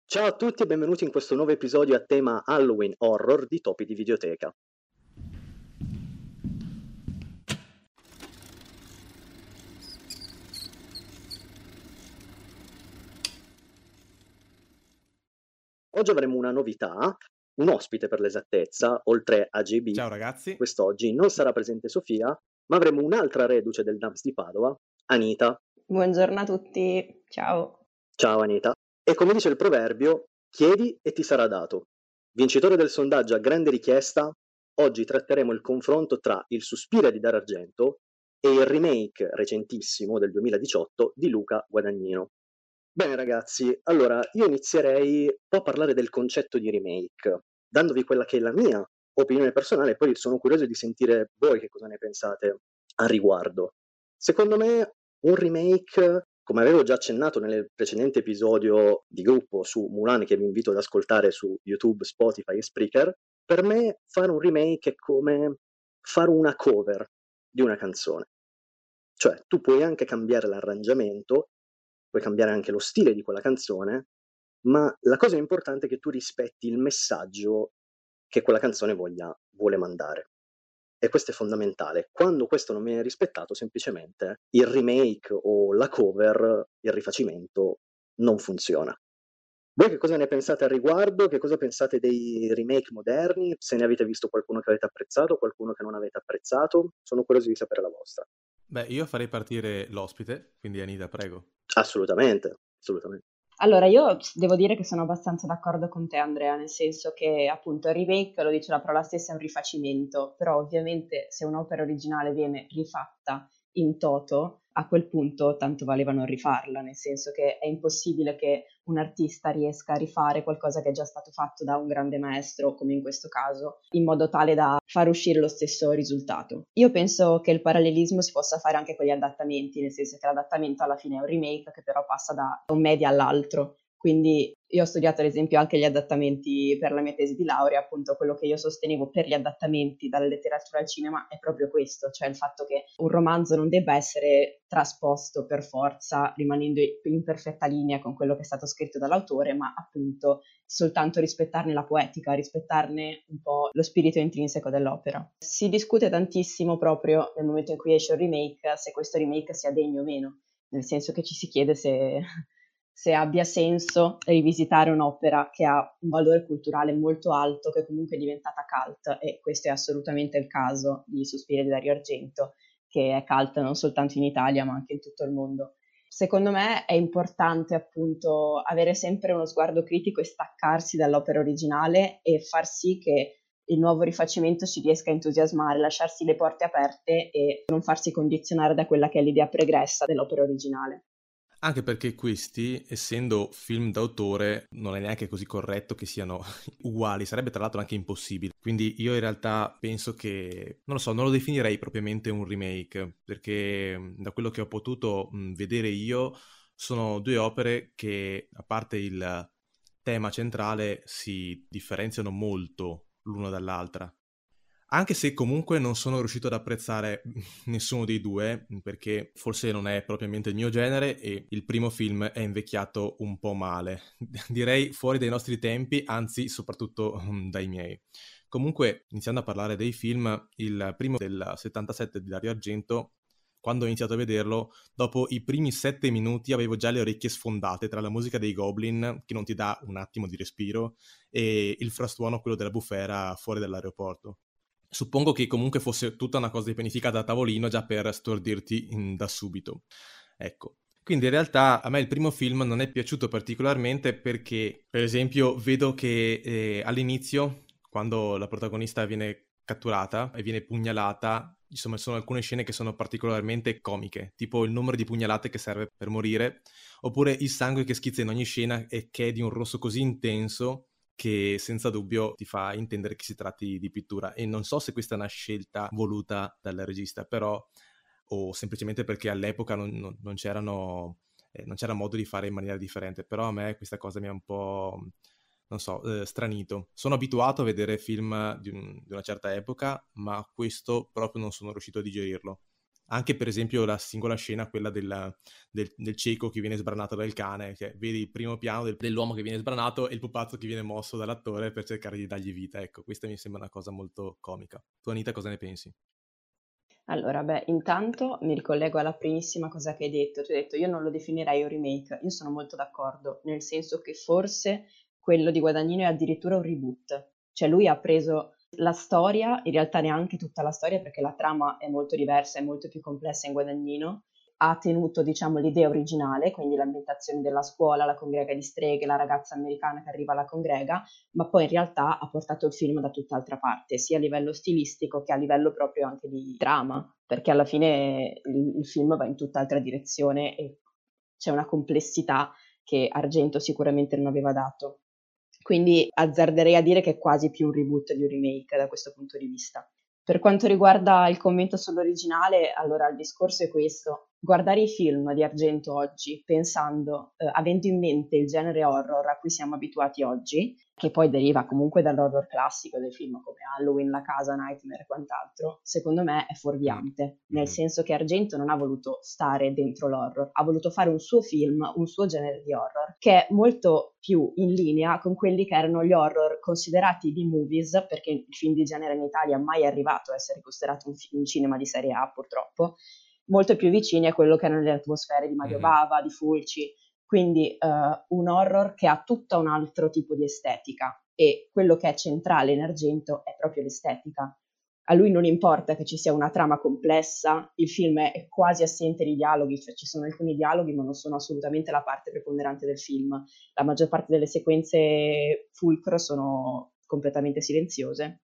Ciao a tutti e benvenuti in questo nuovo episodio a tema Halloween Horror di Topi di Videoteca. Oggi avremo una novità, un ospite per l'esattezza, oltre a JB. Ciao ragazzi. Quest'oggi non sarà presente Sofia, ma avremo un'altra reduce del DAMS di Padova, Anita. Buongiorno a tutti, ciao. Ciao Anita. E come dice il proverbio, chiedi e ti sarà dato. Vincitore del sondaggio a grande richiesta, oggi tratteremo il confronto tra Il Suspiria di Dario Argento e il remake recentissimo del 2018 di Luca Guadagnino. Bene ragazzi, allora io inizierei un po' a parlare del concetto di remake, dandovi quella che è la mia opinione personale e poi sono curioso di sentire voi che cosa ne pensate a riguardo. Secondo me un remake, come avevo già accennato nel precedente episodio di gruppo su Mulan che vi invito ad ascoltare su YouTube, Spotify e Spreaker, per me fare un remake è come fare una cover di una canzone. Cioè tu puoi anche cambiare l'arrangiamento, puoi cambiare anche lo stile di quella canzone, ma la cosa importante è che tu rispetti il messaggio che quella canzone vuole mandare. E questo è fondamentale. Quando questo non viene rispettato, semplicemente il remake o la cover, il rifacimento, non funziona. Voi che cosa ne pensate al riguardo? Che cosa pensate dei remake moderni? Se ne avete visto qualcuno che avete apprezzato, qualcuno che non avete apprezzato? Sono curioso di sapere la vostra. Beh, io farei partire l'ospite, quindi Anita, prego. Assolutamente, assolutamente. Allora, io devo dire che sono abbastanza d'accordo con te, Andrea, nel senso che appunto il remake, lo dice la parola stessa, è un rifacimento, però ovviamente se un'opera originale viene rifatta in toto, a quel punto tanto valeva non rifarla, nel senso che è impossibile che un artista riesca a rifare qualcosa che è già stato fatto da un grande maestro, come in questo caso, in modo tale da far uscire lo stesso risultato. Io penso che il parallelismo si possa fare anche con gli adattamenti, nel senso che l'adattamento alla fine è un remake che però passa da un media all'altro. Quindi io ho studiato ad esempio anche gli adattamenti per la mia tesi di laurea, appunto quello che io sostenevo per gli adattamenti dalla letteratura al cinema è proprio questo, cioè il fatto che un romanzo non debba essere trasposto per forza rimanendo in perfetta linea con quello che è stato scritto dall'autore, ma appunto soltanto rispettarne la poetica, rispettarne un po' lo spirito intrinseco dell'opera. Si discute tantissimo proprio nel momento in cui esce un remake se questo remake sia degno o meno, nel senso che ci si chiede se abbia senso rivisitare un'opera che ha un valore culturale molto alto, che comunque è diventata cult, e questo è assolutamente il caso di Suspiria di Dario Argento, che è cult non soltanto in Italia ma anche in tutto il mondo. Secondo me è importante appunto avere sempre uno sguardo critico e staccarsi dall'opera originale e far sì che il nuovo rifacimento ci riesca a entusiasmare, lasciarsi le porte aperte e non farsi condizionare da quella che è l'idea pregressa dell'opera originale. Anche perché questi, essendo film d'autore, non è neanche così corretto che siano uguali, sarebbe tra l'altro anche impossibile. Quindi io in realtà penso che, non lo so, non lo definirei propriamente un remake, perché da quello che ho potuto vedere io, sono due opere che, a parte il tema centrale, si differenziano molto l'una dall'altra. Anche se comunque non sono riuscito ad apprezzare nessuno dei due, perché forse non è propriamente il mio genere e il primo film è invecchiato un po' male. Direi fuori dai nostri tempi, anzi soprattutto dai miei. Comunque, iniziando a parlare dei film, il primo del 77 di Dario Argento, quando ho iniziato a vederlo, dopo i primi 7 minuti avevo già le orecchie sfondate tra la musica dei Goblin, che non ti dà un attimo di respiro, e il frastuono, quello della bufera fuori dall'aeroporto. Suppongo che comunque fosse tutta una cosa pianificata a tavolino già per stordirti da subito. Ecco. Quindi in realtà a me il primo film non è piaciuto particolarmente perché, per esempio, vedo che all'inizio, quando la protagonista viene catturata e viene pugnalata, insomma, ci sono alcune scene che sono particolarmente comiche, tipo il numero di pugnalate che serve per morire, oppure il sangue che schizza in ogni scena e che è di un rosso così intenso che senza dubbio ti fa intendere che si tratti di pittura. E non so se questa è una scelta voluta dal regista, però, o semplicemente perché all'epoca non c'erano, non c'era modo di fare in maniera differente, però a me questa cosa mi ha un po', non so, stranito. Sono abituato a vedere film di una certa epoca, ma questo proprio non sono riuscito a digerirlo. Anche per esempio la singola scena, quella del cieco che viene sbranato dal cane, che vedi il primo piano dell'uomo che viene sbranato e il pupazzo che viene mosso dall'attore per cercare di dargli vita. Ecco, questa mi sembra una cosa molto comica. Tu Anita cosa ne pensi? Allora, beh, intanto mi ricollego alla primissima cosa che hai detto. Tu hai detto io non lo definirei un remake. Io sono molto d'accordo, nel senso che forse quello di Guadagnino è addirittura un reboot. Cioè lui ha preso la storia, in realtà neanche tutta la storia perché la trama è molto diversa, è molto più complessa in Guadagnino, ha tenuto, diciamo, l'idea originale, quindi l'ambientazione della scuola, la congrega di streghe, la ragazza americana che arriva alla congrega, ma poi in realtà ha portato il film da tutt'altra parte, sia a livello stilistico che a livello proprio anche di trama, perché alla fine il film va in tutt'altra direzione e c'è una complessità che Argento sicuramente non aveva dato. Quindi azzarderei a dire che è quasi più un reboot di un remake da questo punto di vista. Per quanto riguarda il commento sull'originale, allora il discorso è questo. Guardare i film di Argento oggi, pensando, avendo in mente il genere horror a cui siamo abituati oggi, che poi deriva comunque dall'horror classico del film come Halloween, La Casa, Nightmare e quant'altro, secondo me è fuorviante, nel senso che Argento non ha voluto stare dentro l'horror, ha voluto fare un suo film, un suo genere di horror, che è molto più in linea con quelli che erano gli horror considerati B-movies, perché il film di genere in Italia mai è arrivato a essere considerato un cinema di serie A purtroppo, molto più vicini a quello che erano le atmosfere di Mario Bava, di Fulci, quindi un horror che ha tutto un altro tipo di estetica e quello che è centrale in Argento è proprio l'estetica. A lui non importa che ci sia una trama complessa, il film è quasi assente di dialoghi, cioè ci sono alcuni dialoghi ma non sono assolutamente la parte preponderante del film. La maggior parte delle sequenze fulcro sono completamente silenziose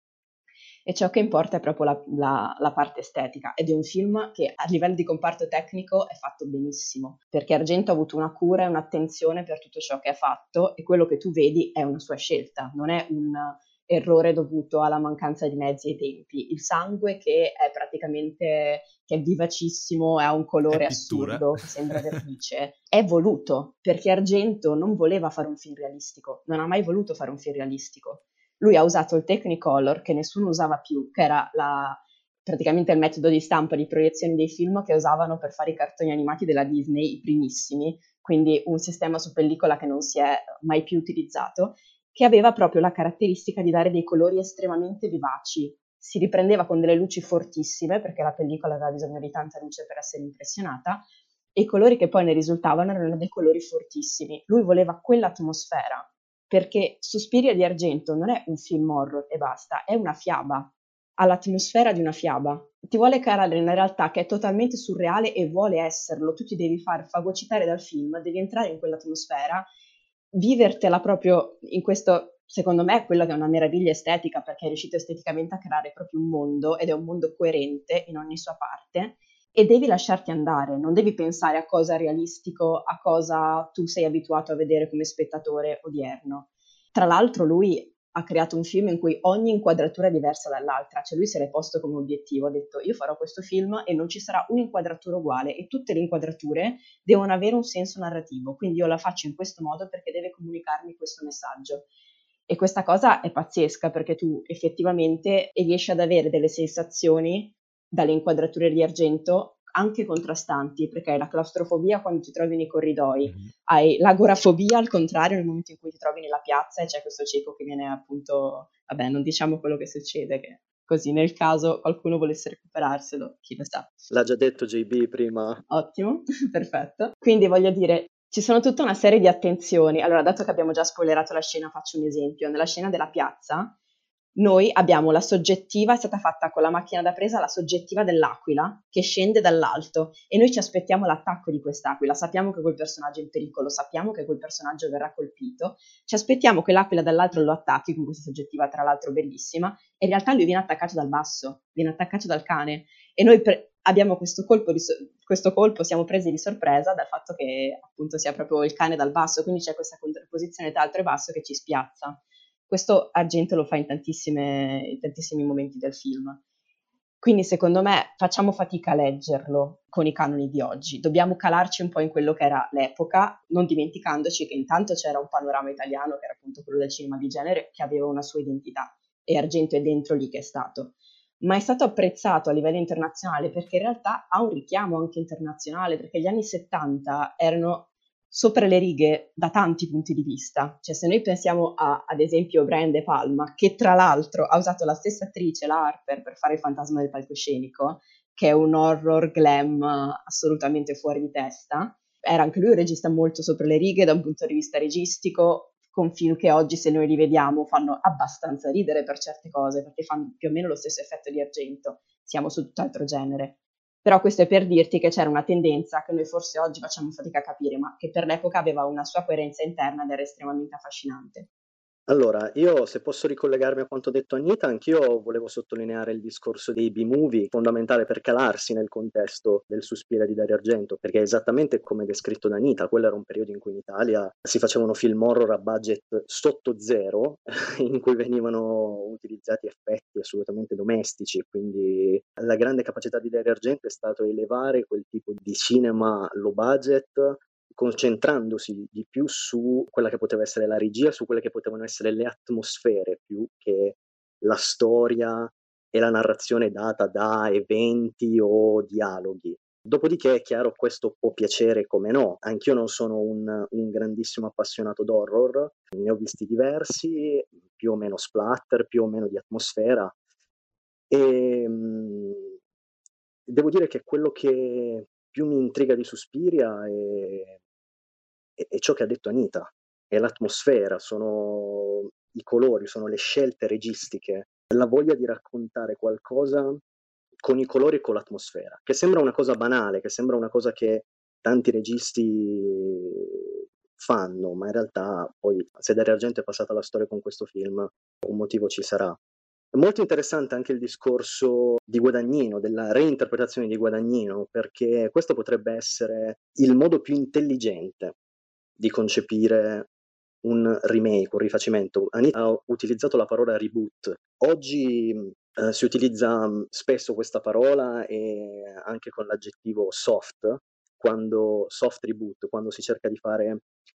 e ciò che importa è proprio la parte estetica ed è un film che a livello di comparto tecnico è fatto benissimo perché Argento ha avuto una cura e un'attenzione per tutto ciò che ha fatto e quello che tu vedi è una sua scelta, non è un errore dovuto alla mancanza di mezzi e tempi. Il sangue che è praticamente che è vivacissimo, ha un colore assurdo, che sembra vernice, è voluto perché Argento non voleva fare un film realistico, non ha mai voluto fare un film realistico. Lui ha usato il Technicolor che nessuno usava più, che era praticamente il metodo di stampa di proiezione dei film che usavano per fare i cartoni animati della Disney, i primissimi, quindi un sistema su pellicola che non si è mai più utilizzato, che aveva proprio la caratteristica di dare dei colori estremamente vivaci. Si riprendeva con delle luci fortissime, perché la pellicola aveva bisogno di tanta luce per essere impressionata, e i colori che poi ne risultavano erano dei colori fortissimi. Lui voleva quell'atmosfera perché Suspiria di Argento non è un film horror e basta, è una fiaba, ha l'atmosfera di una fiaba. Ti vuole carare una realtà che è totalmente surreale e vuole esserlo, tu ti devi far fagocitare dal film, devi entrare in quell'atmosfera, vivertela proprio in questo, secondo me, è quella che è una meraviglia estetica, perché è riuscito esteticamente a creare proprio un mondo, ed è un mondo coerente in ogni sua parte, e devi lasciarti andare, non devi pensare a cosa realistico, a cosa tu sei abituato a vedere come spettatore odierno. Tra l'altro lui ha creato un film in cui ogni inquadratura è diversa dall'altra, cioè lui se l'è posto come obiettivo, ha detto io farò questo film e non ci sarà un'inquadratura uguale e tutte le inquadrature devono avere un senso narrativo, quindi io la faccio in questo modo perché deve comunicarmi questo messaggio. E questa cosa è pazzesca perché tu effettivamente riesci ad avere delle sensazioni dalle inquadrature di Argento anche contrastanti, perché hai la claustrofobia quando ti trovi nei corridoi, hai l'agorafobia al contrario nel momento in cui ti trovi nella piazza e c'è questo cieco che viene appunto, vabbè, non diciamo quello che succede, che così nel caso qualcuno volesse recuperarselo, chi lo sa. L'ha già detto JB prima. Ottimo, perfetto. Quindi voglio dire, ci sono tutta una serie di attenzioni. Allora, dato che abbiamo già spoilerato la scena, faccio un esempio. Nella scena della piazza, noi abbiamo la soggettiva, è stata fatta con la macchina da presa, la soggettiva dell'aquila che scende dall'alto e noi ci aspettiamo l'attacco di quest'aquila, sappiamo che quel personaggio è in pericolo, sappiamo che quel personaggio verrà colpito, ci aspettiamo che l'aquila dall'altro lo attacchi con questa soggettiva tra l'altro bellissima e in realtà lui viene attaccato dal basso, viene attaccato dal cane e noi abbiamo questo colpo, siamo presi di sorpresa dal fatto che appunto sia proprio il cane dal basso, quindi c'è questa contrapposizione tra alto e basso che ci spiazza. Questo Argento lo fa in tantissimi momenti del film. Quindi secondo me facciamo fatica a leggerlo con i canoni di oggi. Dobbiamo calarci un po' in quello che era l'epoca, non dimenticandoci che intanto c'era un panorama italiano, che era appunto quello del cinema di genere, che aveva una sua identità. E Argento è dentro lì che è stato. ma è stato apprezzato a livello internazionale perché in realtà ha un richiamo anche internazionale, perché gli anni 70 erano sopra le righe da tanti punti di vista. Cioè, se noi pensiamo a, ad esempio, Brian De Palma, che tra l'altro ha usato la stessa attrice, la Harper, per fare Il fantasma del palcoscenico, che è un horror glam assolutamente fuori di testa, era anche lui un regista molto sopra le righe da un punto di vista registico, con film che oggi, se noi li vediamo, fanno abbastanza ridere per certe cose, perché fanno più o meno lo stesso effetto di Argento. Siamo su tutt'altro genere. Però questo è per dirti che c'era una tendenza che noi forse oggi facciamo fatica a capire, ma che per l'epoca aveva una sua coerenza interna ed era estremamente affascinante. Allora, io se posso ricollegarmi a quanto detto Anita, anch'io volevo sottolineare il discorso dei B-movie, fondamentale per calarsi nel contesto del Suspiria di Dario Argento, perché esattamente come descritto da Anita, quello era un periodo in cui in Italia si facevano film horror a budget sotto zero, in cui venivano utilizzati effetti assolutamente domestici, quindi la grande capacità di Dario Argento è stato elevare quel tipo di cinema low budget, concentrandosi di più su quella che poteva essere la regia, su quelle che potevano essere le atmosfere, più che la storia e la narrazione data da eventi o dialoghi. Dopodiché è chiaro, questo può piacere come no. Anch'io non sono un grandissimo appassionato d'horror, ne ho visti diversi, più o meno splatter, più o meno di atmosfera. E devo dire che quello che più mi intriga di Suspiria è ciò che ha detto Anita, è l'atmosfera, sono i colori, sono le scelte registiche, la voglia di raccontare qualcosa con i colori e con l'atmosfera, che sembra una cosa banale, che sembra una cosa che tanti registi fanno, ma in realtà poi se Dario Argento è passata alla storia con questo film, un motivo ci sarà. È molto interessante anche il discorso di Guadagnino, della reinterpretazione di Guadagnino, perché questo potrebbe essere il modo più intelligente di concepire un remake, un rifacimento. Anita ha utilizzato la parola reboot. Oggi si utilizza spesso questa parola e anche con l'aggettivo soft, quando soft reboot, quando si cerca di fare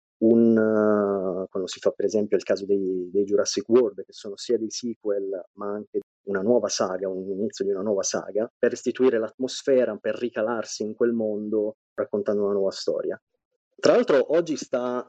quando si fa per esempio il caso dei Jurassic World, che sono sia dei sequel ma anche una nuova saga, un inizio di una nuova saga, per restituire l'atmosfera, per ricalarsi in quel mondo raccontando una nuova storia. Tra l'altro oggi sta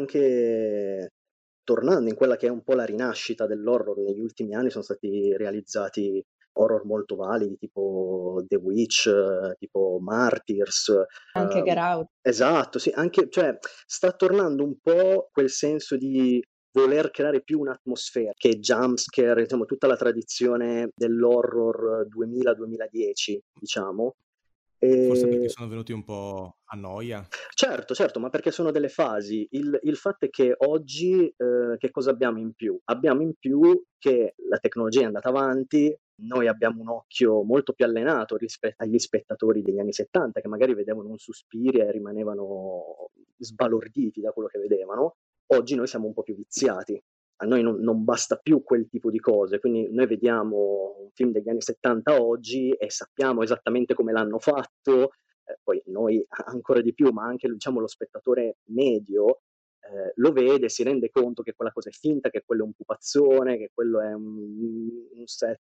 anche tornando in quella che è un po' la rinascita dell'horror. Negli ultimi anni sono stati realizzati horror molto validi, tipo The Witch, tipo Martyrs. Anche Get Out. Esatto, sì, anche, cioè, sta tornando un po' quel senso di voler creare più un'atmosfera che jumpscare, diciamo, tutta la tradizione dell'horror 2000-2010, diciamo. Forse perché E sono venuti un po' a noia. certo, certo, ma perché sono delle fasi. Il fatto è che oggi, che cosa abbiamo in più? Abbiamo in più che la tecnologia è andata avanti, noi abbiamo un occhio molto più allenato rispetto agli spettatori degli anni '70 che magari vedevano un Suspiria e rimanevano sbalorditi da quello che vedevano. Oggi noi siamo un po' più viziati. A noi non basta più quel tipo di cose, quindi noi vediamo un film degli anni '70 oggi e sappiamo esattamente come l'hanno fatto, poi noi ancora di più, ma anche diciamo lo spettatore medio lo vede, si rende conto che quella cosa è finta, che quello è un pupazzone, che quello è un set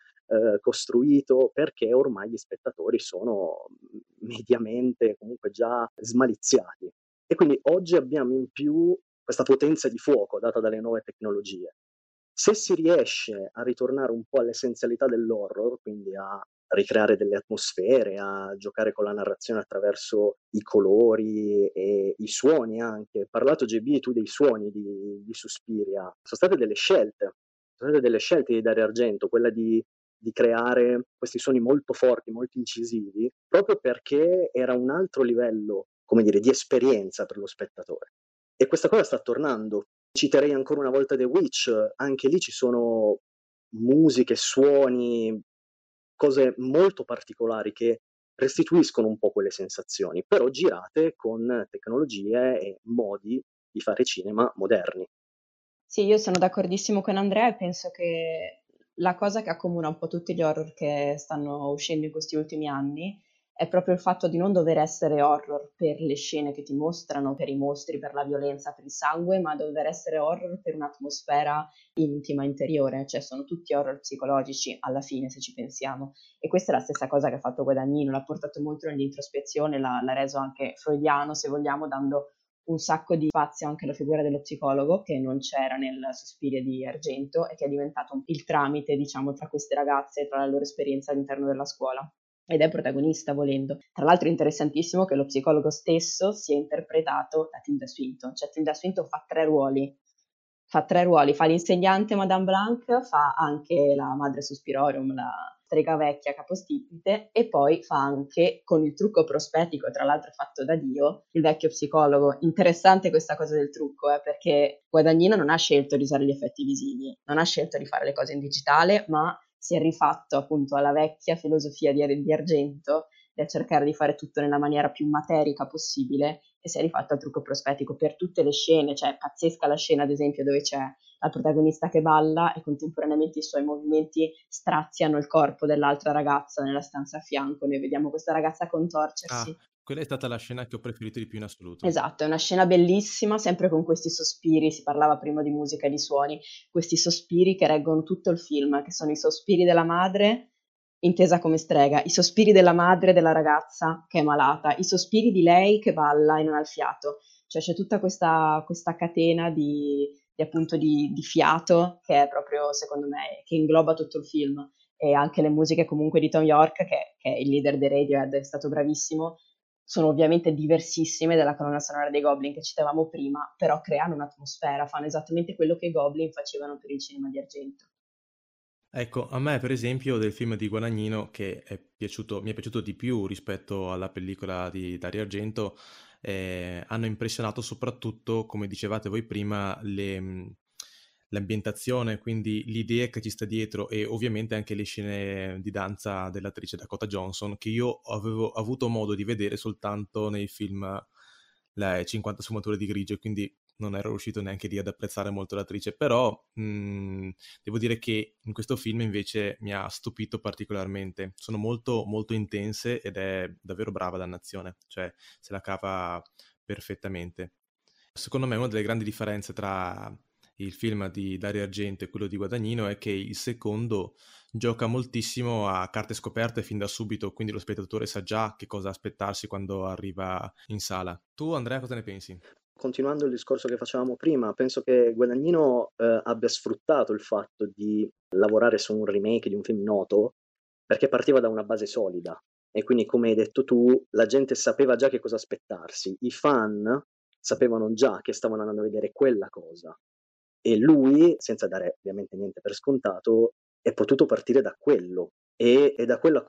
costruito, perché ormai gli spettatori sono mediamente comunque già smaliziati. E quindi oggi abbiamo in più questa potenza di fuoco data dalle nuove tecnologie. Se si riesce a ritornare un po' all'essenzialità dell'horror, quindi a ricreare delle atmosfere, a giocare con la narrazione attraverso i colori e i suoni anche. Hai parlato JB tu dei suoni di Suspiria, sono state delle scelte di Dario Argento, quella di creare questi suoni molto forti, molto incisivi, proprio perché era un altro livello, come dire, di esperienza per lo spettatore. E questa cosa sta tornando. Citerei ancora una volta The Witch, anche lì ci sono musiche, suoni, cose molto particolari che restituiscono un po' quelle sensazioni, però girate con tecnologie e modi di fare cinema moderni. Sì, io sono d'accordissimo con Andrea e penso che la cosa che accomuna un po' tutti gli horror che stanno uscendo in questi ultimi anni è proprio il fatto di non dover essere horror per le scene che ti mostrano, per i mostri, per la violenza, per il sangue, ma dover essere horror per un'atmosfera intima, interiore, cioè sono tutti horror psicologici alla fine se ci pensiamo. E questa è la stessa cosa che ha fatto Guadagnino, l'ha portato molto nell'introspezione, l'ha reso anche freudiano se vogliamo, dando un sacco di spazio anche alla figura dello psicologo che non c'era nel Suspiria di Argento e che è diventato il tramite, diciamo, tra queste ragazze e tra la loro esperienza all'interno della scuola. Ed è protagonista volendo. Tra l'altro è interessantissimo che lo psicologo stesso sia interpretato da Tilda Swinton, cioè Tilda Swinton fa tre ruoli, fa l'insegnante Madame Blanc, fa anche la madre Suspirorum, la strega vecchia capostipite, e poi fa anche, con il trucco prospettico, tra l'altro fatto da Dio, il vecchio psicologo. Interessante questa cosa del trucco, perché Guadagnino non ha scelto di usare gli effetti visivi, non ha scelto di fare le cose in digitale, ma si è rifatto appunto alla vecchia filosofia di Argento, a cercare di fare tutto nella maniera più materica possibile, e si è rifatto al trucco prospettico per tutte le scene. Cioè è pazzesca la scena ad esempio dove c'è la protagonista che balla e contemporaneamente i suoi movimenti straziano il corpo dell'altra ragazza nella stanza a fianco, noi vediamo questa ragazza contorcersi. Quella è stata la scena che ho preferito di più in assoluto. Esatto, è una scena bellissima, sempre con questi sospiri, si parlava prima di musica e di suoni, questi sospiri che reggono tutto il film, che sono i sospiri della madre intesa come strega, i sospiri della madre della ragazza che è malata, i sospiri di lei che balla e non ha il fiato. Cioè c'è tutta questa catena appunto di fiato che è proprio, secondo me, che ingloba tutto il film. E anche le musiche comunque di Tom York, che è il leader dei Radiohead, è stato bravissimo, sono ovviamente diversissime dalla colonna sonora dei Goblin che citavamo prima, però creano un'atmosfera, fanno esattamente quello che i Goblin facevano per il cinema di Argento. Ecco, a me per esempio del film di Guadagnino mi è piaciuto di più rispetto alla pellicola di Dario Argento, hanno impressionato soprattutto, come dicevate voi prima, l'ambientazione, quindi l'idea che ci sta dietro e ovviamente anche le scene di danza dell'attrice Dakota Johnson che io avevo avuto modo di vedere soltanto nei film Le 50 sfumature di grigio, quindi non ero riuscito neanche lì ad apprezzare molto l'attrice, però devo dire che in questo film invece mi ha stupito particolarmente. Sono molto, molto intense ed è davvero brava dannazione, cioè se la cava perfettamente. Secondo me una delle grandi differenze tra il film di Dario Argento e quello di Guadagnino è che il secondo gioca moltissimo a carte scoperte fin da subito, quindi lo spettatore sa già che cosa aspettarsi quando arriva in sala. Tu, Andrea, cosa ne pensi? Continuando il discorso che facevamo prima, penso che Guadagnino abbia sfruttato il fatto di lavorare su un remake di un film noto perché partiva da una base solida e quindi, come hai detto tu, la gente sapeva già che cosa aspettarsi, i fan sapevano già che stavano andando a vedere quella cosa e lui, senza dare ovviamente niente per scontato, è potuto partire da quello e da quello ha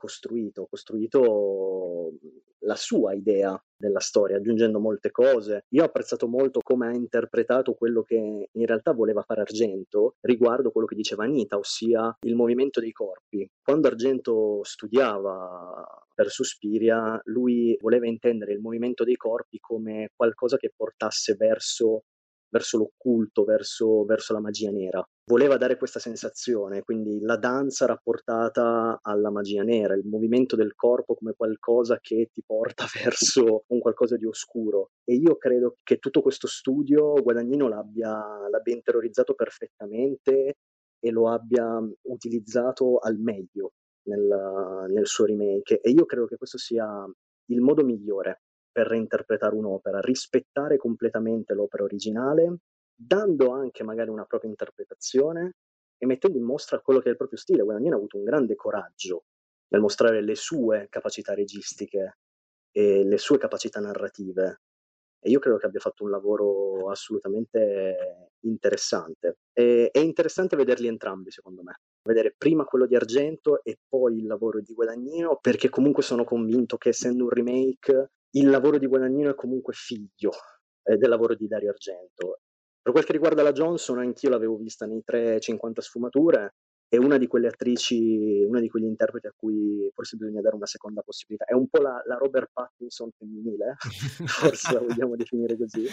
costruito la sua idea della storia, aggiungendo molte cose. Io ho apprezzato molto come ha interpretato quello che in realtà voleva fare Argento riguardo quello che diceva Anita, ossia il movimento dei corpi. Quando Argento studiava per Suspiria, lui voleva intendere il movimento dei corpi come qualcosa che portasse verso l'occulto, verso la magia nera. Voleva dare questa sensazione, quindi la danza rapportata alla magia nera, il movimento del corpo come qualcosa che ti porta verso un qualcosa di oscuro. E io credo che tutto questo studio Guadagnino l'abbia interiorizzato perfettamente e lo abbia utilizzato al meglio nel suo remake. E io credo che questo sia il modo migliore per reinterpretare un'opera, rispettare completamente l'opera originale, dando anche magari una propria interpretazione e mettendo in mostra quello che è il proprio stile. Guadagnino ha avuto un grande coraggio nel mostrare le sue capacità registiche e le sue capacità narrative. E io credo che abbia fatto un lavoro assolutamente interessante. È interessante vederli entrambi, secondo me. Vedere prima quello di Argento e poi il lavoro di Guadagnino, perché comunque sono convinto che essendo un remake, il lavoro di Guadagnino è comunque figlio del lavoro di Dario Argento. Per quel che riguarda la Johnson, anch'io l'avevo vista nei 350 sfumature, è una di quelle attrici, una di quegli interpreti a cui forse bisogna dare una seconda possibilità. È un po' la Robert Pattinson femminile, forse la vogliamo definire così.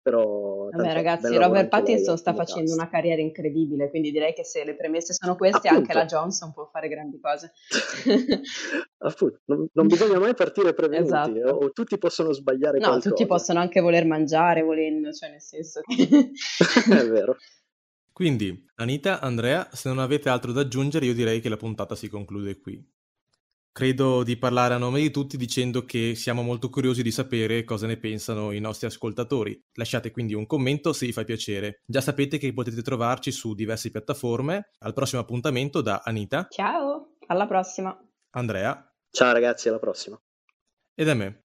però Vabbè, tanto ragazzi, bel lavoro Robert anche lei Pattinson al sta primo facendo cast. una carriera incredibile, quindi direi che se le premesse sono queste, anche la Appunto. Johnson può fare grandi cose. Appunto, non bisogna mai partire prevenuti, Esatto. o tutti possono sbagliare No, tutti qualcosa. possono anche voler mangiare, volendo, cioè nel senso che... È vero. Quindi, Anita, Andrea, se non avete altro da aggiungere, io direi che la puntata si conclude qui. Credo di parlare a nome di tutti dicendo che siamo molto curiosi di sapere cosa ne pensano i nostri ascoltatori. Lasciate quindi un commento se vi fa piacere. Già sapete che potete trovarci su diverse piattaforme. Al prossimo appuntamento da Anita, Ciao, alla prossima. Andrea Ciao ragazzi, alla prossima. e da me.